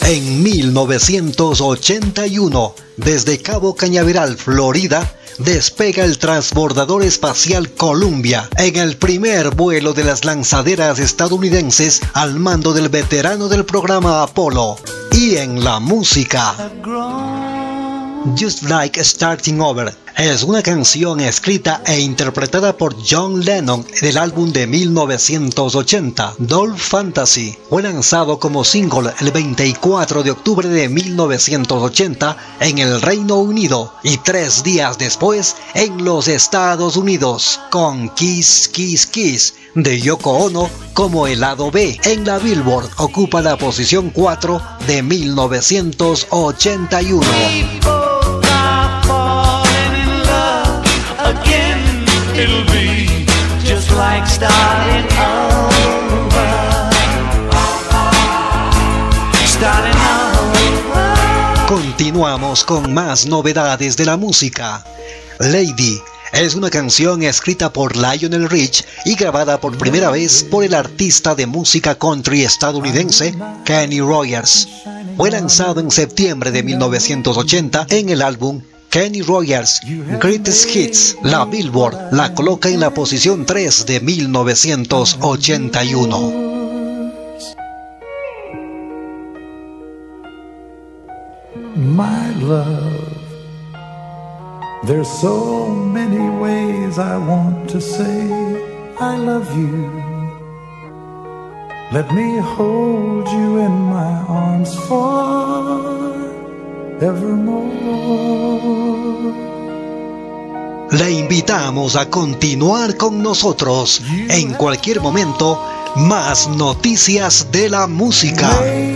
En 1981, desde Cabo Cañaveral, Florida, despega el transbordador espacial Columbia en el primer vuelo de las lanzaderas estadounidenses al mando del veterano del programa Apolo. Y en la música, Just Like Starting Over es una canción escrita e interpretada por John Lennon del álbum de 1980, Doll Fantasy. Fue lanzado como single el 24 de octubre de 1980 en el Reino Unido y 3 días después en los Estados Unidos, con Kiss Kiss Kiss de Yoko Ono como el lado B. En la Billboard ocupa la posición 4 de 1981. It'll be just like starting over. Starting over. Continuamos con más novedades de la música. Lady es una canción escrita por Lionel Rich y grabada por primera vez por el artista de música country estadounidense Kenny Rogers. Fue lanzado en septiembre de 1980 en el álbum Kenny Rogers Greatest Hits. La Billboard la coloca en la posición 3 de 1981. My love, there's so many ways I want to say I love you. Let me hold you in my arms forevermore. Le invitamos a continuar con nosotros. En cualquier momento, más noticias de la música.